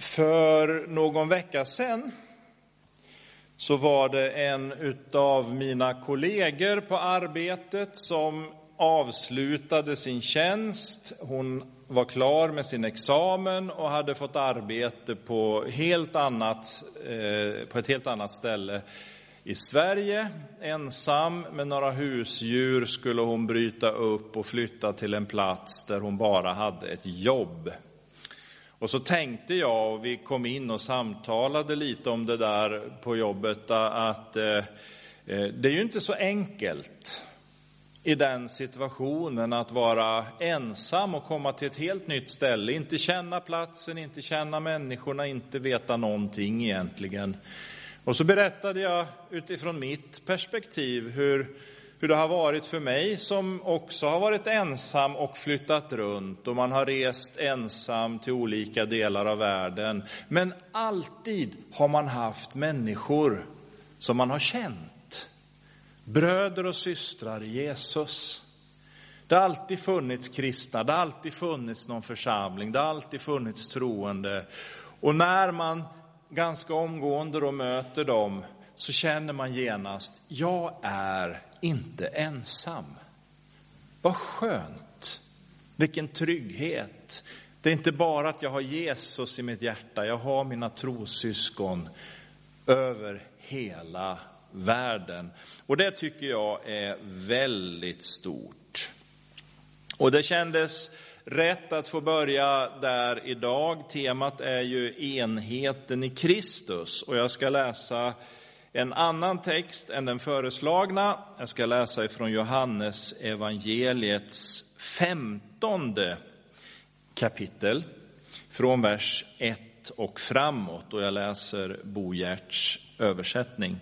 För någon vecka sedan så var det en utav mina kollegor på arbetet som avslutade sin tjänst. Hon var klar med sin examen och hade fått arbete på ett helt annat ställe i Sverige. Ensam med några husdjur skulle hon bryta upp och flytta till en plats där hon bara hade ett jobb. Och så tänkte jag, och vi kom in och samtalade lite om det där på jobbet, att det är ju inte så enkelt i den situationen att vara ensam och komma till ett helt nytt ställe. Inte känna platsen, inte känna människorna, inte veta någonting egentligen. Och så berättade jag utifrån mitt perspektiv hur det har varit för mig som också har varit ensam och flyttat runt. Och man har rest ensam till olika delar av världen. Men alltid har man haft människor som man har känt. Bröder och systrar i Jesus. Det har alltid funnits kristna, det har alltid funnits någon församling, det har alltid funnits troende. Och när man ganska omgående då möter dem så känner man genast, jag är inte ensam. Vad skönt, vilken trygghet. Det är inte bara att jag har Jesus i mitt hjärta, jag har mina trossyskon över hela världen. Och det tycker jag är väldigt stort. Och det kändes rätt att få börja där idag. Temat är ju enheten i Kristus. Och jag ska läsa en annan text än den föreslagna. Jag ska läsa ifrån Johannes evangeliets 15:e kapitel. Från vers 1 och framåt. Och jag läser Bo Giertz översättning.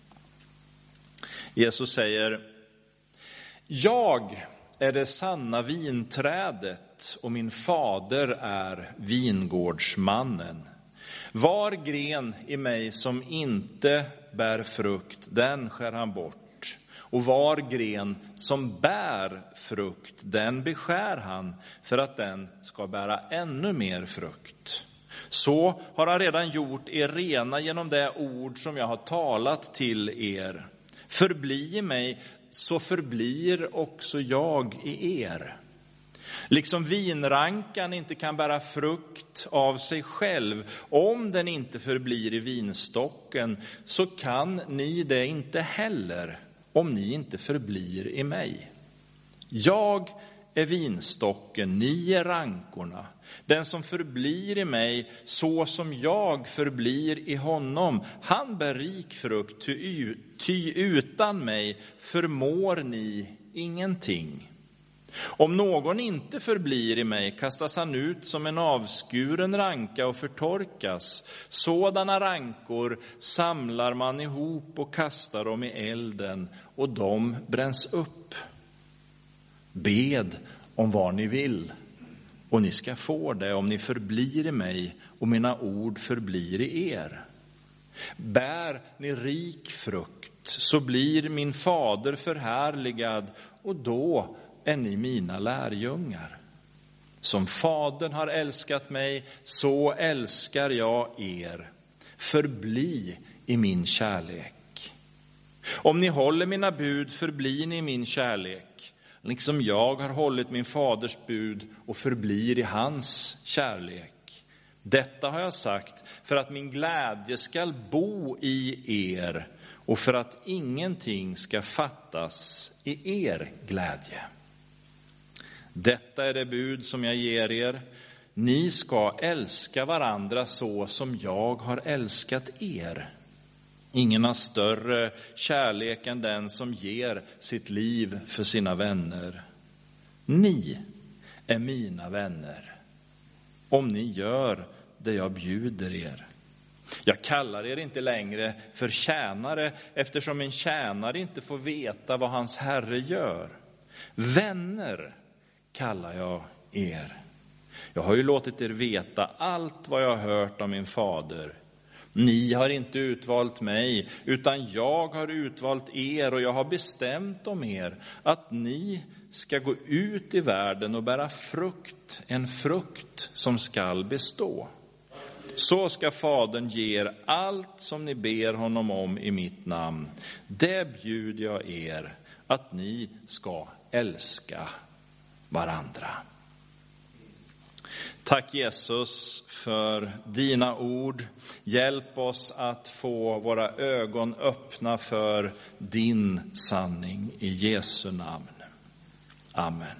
Jesus säger: Jag är det sanna vinträdet och min fader är vingårdsmannen. Var gren i mig som inte bär frukt, den skär han bort. Och var gren som bär frukt, den beskär han för att den ska bära ännu mer frukt. Så har han redan gjort er rena genom det ord som jag har talat till er. Förbli i mig, så förblir också jag i er. Liksom vinrankan inte kan bära frukt av sig själv om den inte förblir i vinstocken, så kan ni det inte heller om ni inte förblir i mig. Jag är vinstocken, ni är rankorna. Den som förblir i mig så som jag förblir i honom, han bär rik frukt, ty utan mig förmår ni ingenting. Om någon inte förblir i mig kastas han ut som en avskuren ranka och förtorkas. Sådana rankor samlar man ihop och kastar dem i elden, och de bränns upp. Bed om vad ni vill, och ni ska få det om ni förblir i mig och mina ord förblir i er. Bär ni rik frukt, så blir min fader förhärligad, och då är ni mina lärjungar. Som fadern har älskat mig, så älskar jag er. Förbli i min kärlek. Om ni håller mina bud, förblir ni i min kärlek. Liksom jag har hållit min faders bud och förblir i hans kärlek. Detta har jag sagt för att min glädje ska bo i er och för att ingenting ska fattas i er glädje. Detta är det bud som jag ger er. Ni ska älska varandra så som jag har älskat er. Ingen har större kärlek än den som ger sitt liv för sina vänner. Ni är mina vänner om ni gör det jag bjuder er. Jag kallar er inte längre för tjänare, eftersom en tjänare inte får veta vad hans herre gör. Vänner kallar jag er. Jag har ju låtit er veta allt vad jag har hört om min fader. Ni har inte utvalt mig, utan jag har utvalt er, och jag har bestämt om er att ni ska gå ut i världen och bära frukt, en frukt som skall bestå. så ska Fadern ge er allt som ni ber honom om i mitt namn. Det bjuder jag er, att ni ska älska varandra. Tack Jesus för dina ord. Hjälp oss att få våra ögon öppna för din sanning i Jesu namn. Amen.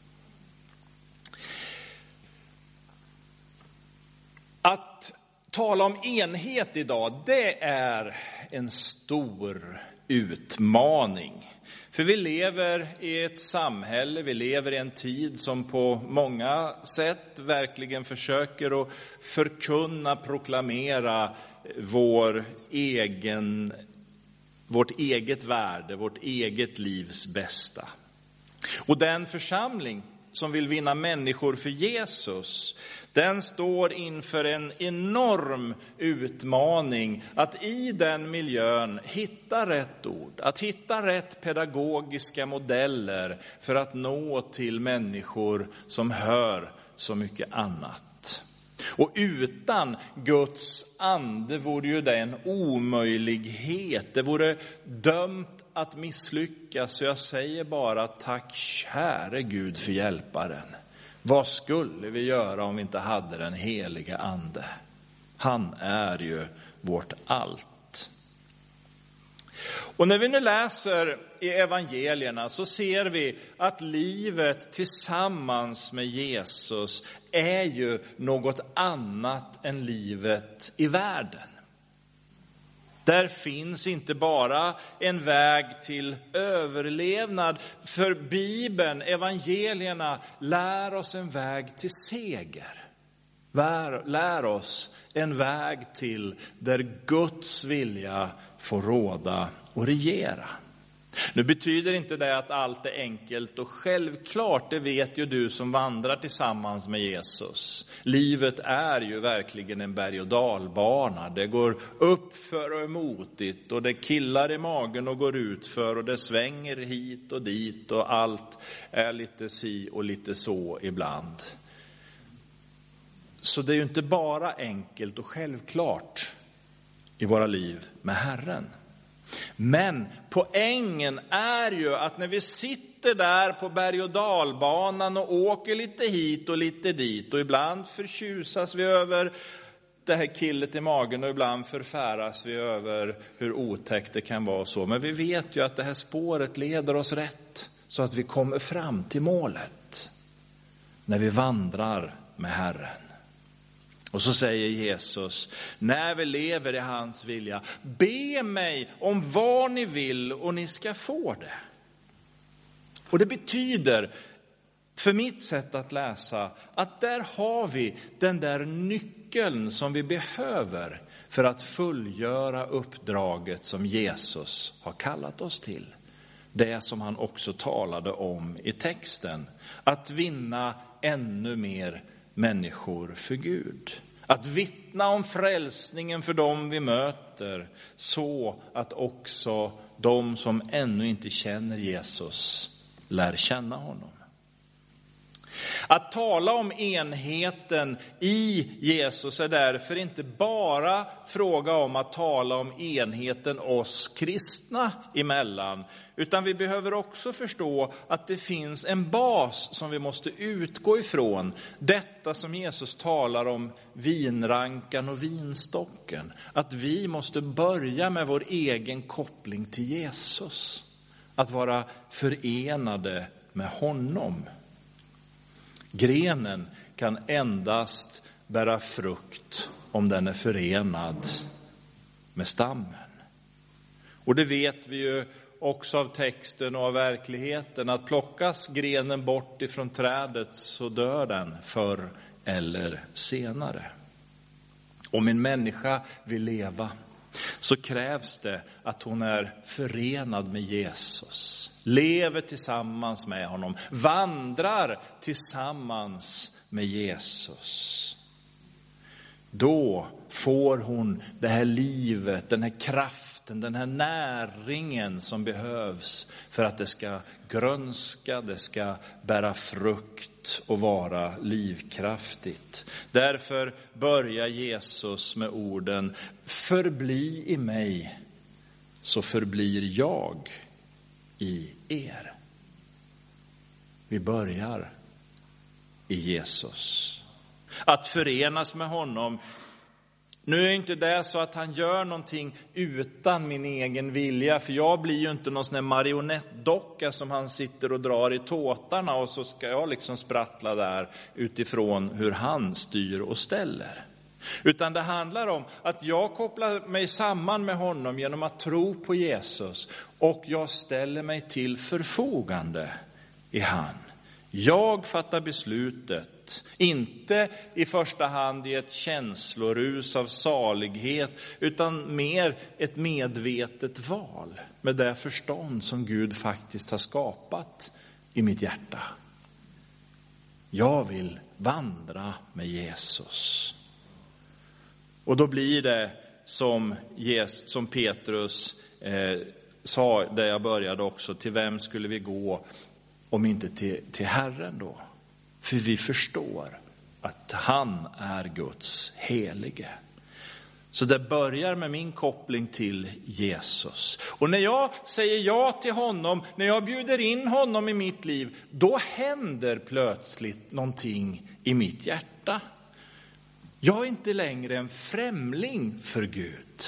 Att tala om enhet idag, det är en stor utmaning. För vi lever i ett samhälle, vi lever i en tid som på många sätt verkligen försöker att förkunna, proklamera vårt eget värde, vårt eget livs bästa. Och den församling som vill vinna människor för Jesus, den står inför en enorm utmaning att i den miljön hitta rätt ord, att hitta rätt pedagogiska modeller för att nå till människor som hör så mycket annat. Och utan Guds ande vore ju det en omöjlighet, det vore dömt att misslyckas. Så jag säger bara tack käre Gud för hjälparen. Vad skulle vi göra om vi inte hade den heliga ande? Han är ju vårt allt. Och när vi nu läser i evangelierna så ser vi att livet tillsammans med Jesus är ju något annat än livet i världen. Där finns inte bara en väg till överlevnad. För Bibeln, evangelierna, lär oss en väg till seger. Lär oss en väg till där Guds vilja får råda och regera. Nu betyder inte det att allt är enkelt och självklart, det vet ju du som vandrar tillsammans med Jesus. Livet är ju verkligen en berg- och dalbana. Det går upp för och emotigt och det killar i magen och går ut för och det svänger hit och dit och allt är lite si och lite så ibland. Så det är ju inte bara enkelt och självklart i våra liv med Herren. Men poängen är ju att när vi sitter där på berg- och dalbanan och åker lite hit och lite dit och ibland förtjusas vi över det här killet i magen och ibland förfäras vi över hur otäckt det kan vara så. Men vi vet ju att det här spåret leder oss rätt så att vi kommer fram till målet när vi vandrar med Herren. Och så säger Jesus, när vi lever i hans vilja, be mig om vad ni vill och ni ska få det. Och det betyder, för mitt sätt att läsa, att där har vi den där nyckeln som vi behöver för att fullgöra uppdraget som Jesus har kallat oss till. Det som han också talade om i texten, att vinna ännu mer människor för Gud. Att vittna om frälsningen för dem vi möter så att också de som ännu inte känner Jesus lär känna honom. Att tala om enheten i Jesus är därför inte bara fråga om att tala om enheten oss kristna emellan. Utan vi behöver också förstå att det finns en bas som vi måste utgå ifrån. Detta som Jesus talar om, vinrankan och vinstocken. Att vi måste börja med vår egen koppling till Jesus. Att vara förenade med honom. Grenen kan endast bära frukt om den är förenad med stammen. Och det vet vi ju också av texten och av verkligheten, att plockas grenen bort ifrån trädet så dör den förr eller senare. Om en människa vill leva så krävs det att hon är förenad med Jesus. Lever tillsammans med honom. Vandrar tillsammans med Jesus. Då får hon det här livet, den här kraften kraften, den här näringen som behövs för att det ska grönska, det ska bära frukt och vara livskraftigt. Därför börjar Jesus med orden: förbli i mig, så förblir jag i er. Vi börjar i Jesus. Att förenas med honom. Nu är inte det så att han gör någonting utan min egen vilja. För jag blir ju inte någon sån här marionettdocka som han sitter och drar i tåtarna. Och så ska jag liksom sprattla där utifrån hur han styr och ställer. Utan det handlar om att jag kopplar mig samman med honom genom att tro på Jesus. Och jag ställer mig till förfogande i han. Jag fattar beslutet, inte i första hand i ett känslorus av salighet, utan mer ett medvetet val med det förstånd som Gud faktiskt har skapat i mitt hjärta. Jag vill vandra med Jesus. Och då blir det som Petrus sa där jag började också: till vem skulle vi gå om inte till Herren då? För vi förstår att han är Guds helige. Så det börjar med min koppling till Jesus. Och när jag säger ja till honom, när jag bjuder in honom i mitt liv, då händer plötsligt någonting i mitt hjärta. Jag är inte längre en främling för Gud.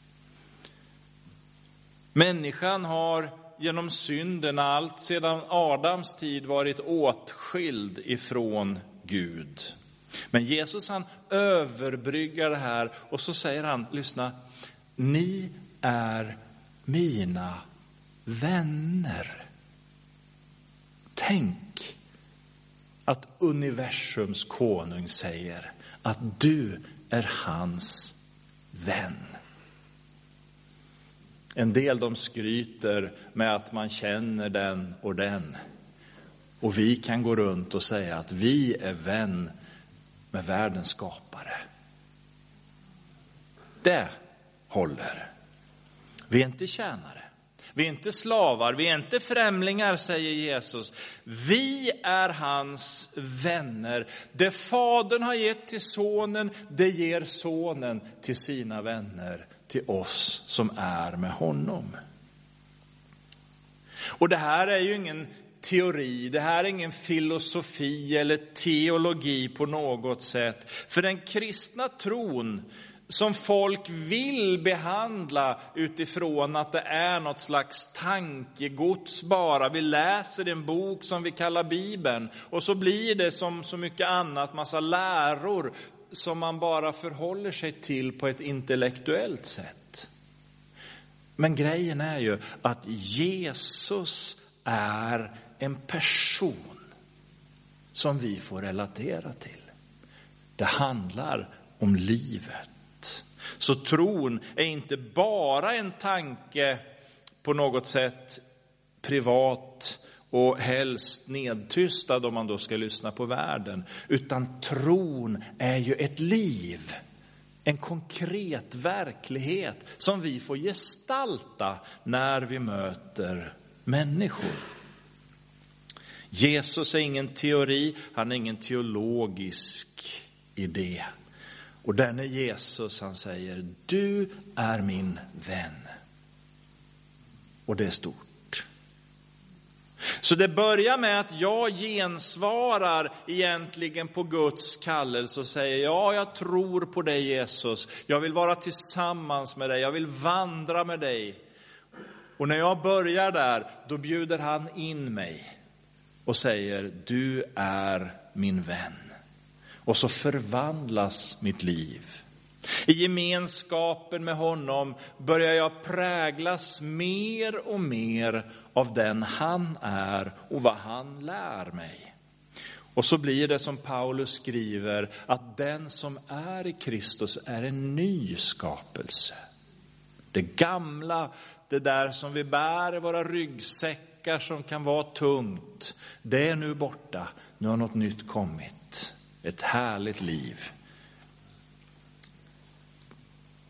Människan har genom synden allt sedan Adams tid varit åtskild ifrån Gud. Men Jesus, han överbryggar det här och så säger han: lyssna, ni är mina vänner. Tänk att universums konung säger att du är hans vän. En del de skryter med att man känner den och den. Och vi kan gå runt och säga att vi är vän med världens skapare. Det håller. Vi är inte tjänare. Vi är inte slavar. Vi är inte främlingar, säger Jesus. Vi är hans vänner. Det Fadern har gett till sonen, det ger sonen till sina vänner, till oss som är med honom. Och det här är ju ingen teori, det här är ingen filosofi eller teologi på något sätt. För den kristna tron som folk vill behandla utifrån att det är något slags tankegods bara. Vi läser en bok som vi kallar Bibeln och så blir det som så mycket annat, massa läror som man bara förhåller sig till på ett intellektuellt sätt. Men grejen är ju att Jesus är en person som vi får relatera till. Det handlar om livet. Så tron är inte bara en tanke på något sätt privat och helst nedtystad om man då ska lyssna på världen. Utan tron är ju ett liv. En konkret verklighet som vi får gestalta när vi möter människor. Jesus är ingen teori, han är ingen teologisk idé. Och den är Jesus, han säger: du är min vän. Och det är stort. Så det börjar med att jag gensvarar egentligen på Guds kallelse och säger: ja, jag tror på dig Jesus. Jag vill vara tillsammans med dig, jag vill vandra med dig. Och när jag börjar där, då bjuder han in mig och säger: du är min vän. Och så förvandlas mitt liv. I gemenskapen med honom börjar jag präglas mer och mer av den han är och vad han lär mig. Och så blir det som Paulus skriver, att den som är i Kristus är en ny skapelse. Det gamla, det där som vi bär i våra ryggsäckar som kan vara tungt, det är nu borta. Nu har något nytt kommit. Ett härligt liv.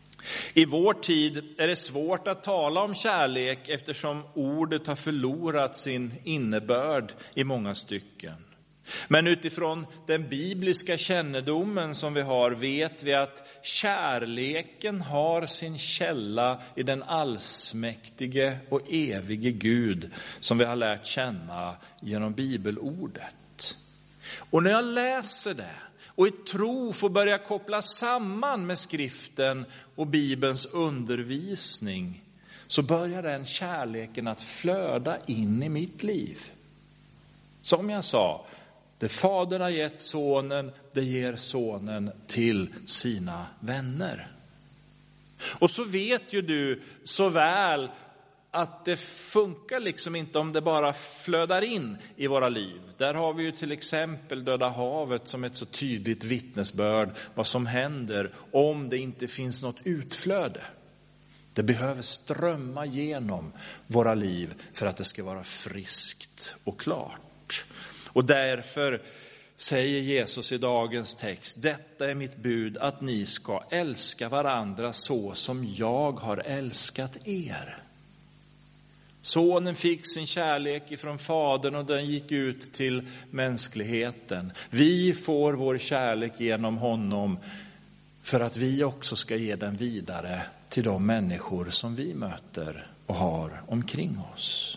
I vår tid är det svårt att tala om kärlek eftersom ordet har förlorat sin innebörd i många stycken. Men utifrån den bibliska kännedomen som vi har vet vi att kärleken har sin källa i den allsmäktige och evige Gud som vi har lärt känna genom bibelordet. Och när jag läser det och i tro får börja koppla samman med skriften och Bibelns undervisning, så börjar den kärleken att flöda in i mitt liv. Som jag sa, det Fadern har gett sonen, det ger sonen till sina vänner. Och så vet ju du så väl att det funkar liksom inte om det bara flödar in i våra liv. Där har vi ju till exempel Döda havet som ett så tydligt vittnesbörd vad som händer om det inte finns något utflöde. Det behöver strömma genom våra liv för att det ska vara friskt och klart. Och därför säger Jesus i dagens text: detta är mitt bud, att ni ska älska varandra så som jag har älskat er. Sonen fick sin kärlek ifrån Fadern och den gick ut till mänskligheten. Vi får vår kärlek genom honom för att vi också ska ge den vidare till de människor som vi möter och har omkring oss.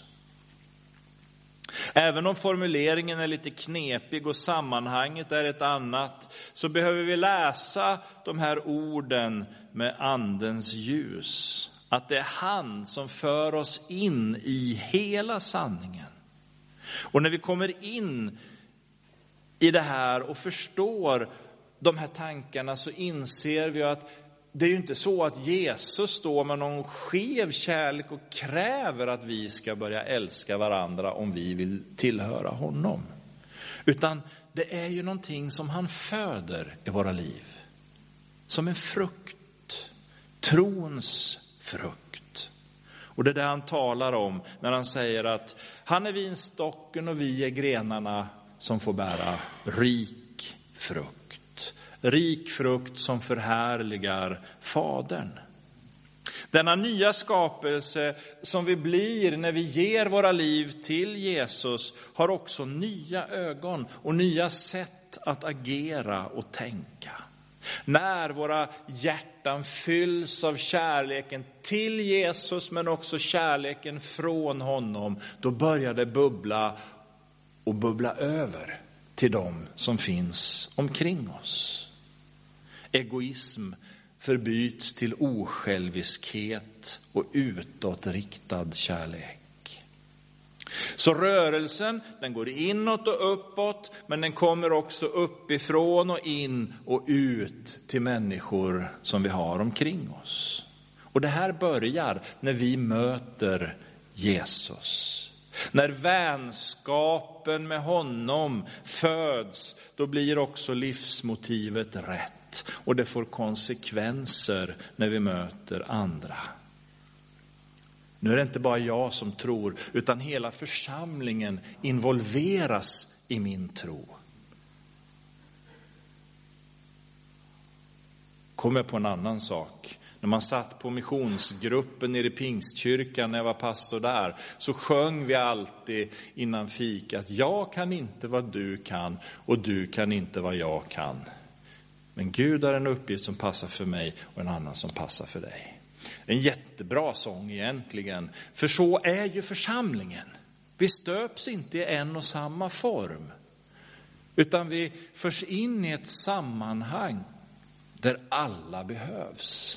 Även om formuleringen är lite knepig och sammanhanget är ett annat, så behöver vi läsa de här orden med andens ljus. Att det är han som för oss in i hela sanningen. Och när vi kommer in i det här och förstår de här tankarna, så inser vi att det är ju inte så att Jesus står med någon skev kärlek och kräver att vi ska börja älska varandra om vi vill tillhöra honom. Utan det är ju någonting som han föder i våra liv. Som en frukt. Trons frukt. Och det är det han talar om när han säger att han är vinstocken och vi är grenarna som får bära rik frukt. Rik frukt som förhärligar Fadern. Denna nya skapelse som vi blir när vi ger våra liv till Jesus har också nya ögon och nya sätt att agera och tänka. När våra hjärtan fylls av kärleken till Jesus men också kärleken från honom, då börjar det bubbla och bubbla över till dem som finns omkring oss. Egoism förbyts till osjälviskhet och utåtriktad kärlek. Så rörelsen, den går inåt och uppåt, men den kommer också uppifrån och in och ut till människor som vi har omkring oss. Och det här börjar när vi möter Jesus. När vänskapen med honom föds, då blir också livsmotivet rätt. Och det får konsekvenser när vi möter andra. Nu är det inte bara jag som tror, utan hela församlingen involveras i min tro. Kommer på en annan sak. När man satt på missionsgruppen nere i Pingstkyrkan när jag var pastor där, så sjöng vi alltid innan fikat: jag kan inte vad du kan och du kan inte vad jag kan. Men Gud har en uppgift som passar för mig och en annan som passar för dig. En jättebra sång egentligen, för så är ju församlingen. Vi stöps inte i en och samma form, utan vi förs in i ett sammanhang där alla behövs.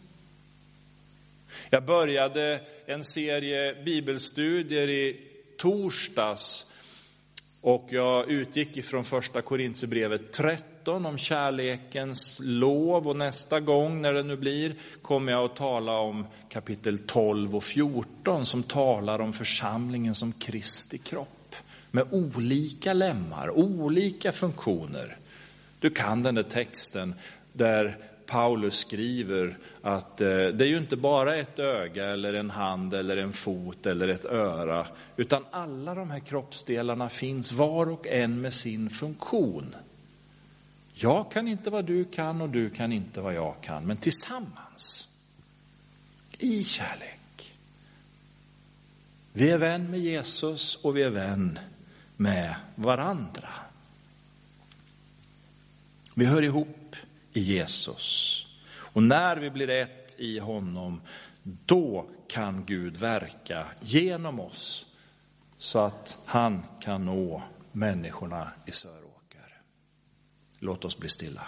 Jag började en serie bibelstudier i torsdags och jag utgick ifrån första Korinthierbrevet 13 om kärlekens lov, och nästa gång när det nu blir kommer jag att tala om kapitel 12 och 14 som talar om församlingen som Kristi kropp med olika lemmar, olika funktioner. Du kan den där texten där Paulus skriver att det är ju inte bara ett öga eller en hand eller en fot eller ett öra, utan alla de här kroppsdelarna finns var och en med sin funktion. Jag kan inte vad du kan och du kan inte vad jag kan, men tillsammans i kärlek. Vi är vän med Jesus och vi är vän med varandra. Vi hör ihop i Jesus. Och när vi blir ett i honom, då kan Gud verka genom oss så att han kan nå människorna i Söråker. Låt oss bli stilla.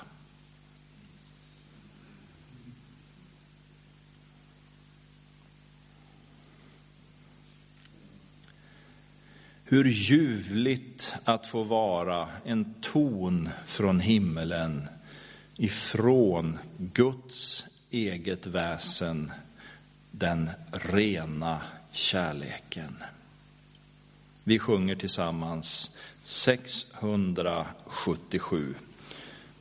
Hur ljuvligt att få vara en ton från himmelen ifrån Guds eget väsen, den rena kärleken. Vi sjunger tillsammans 677.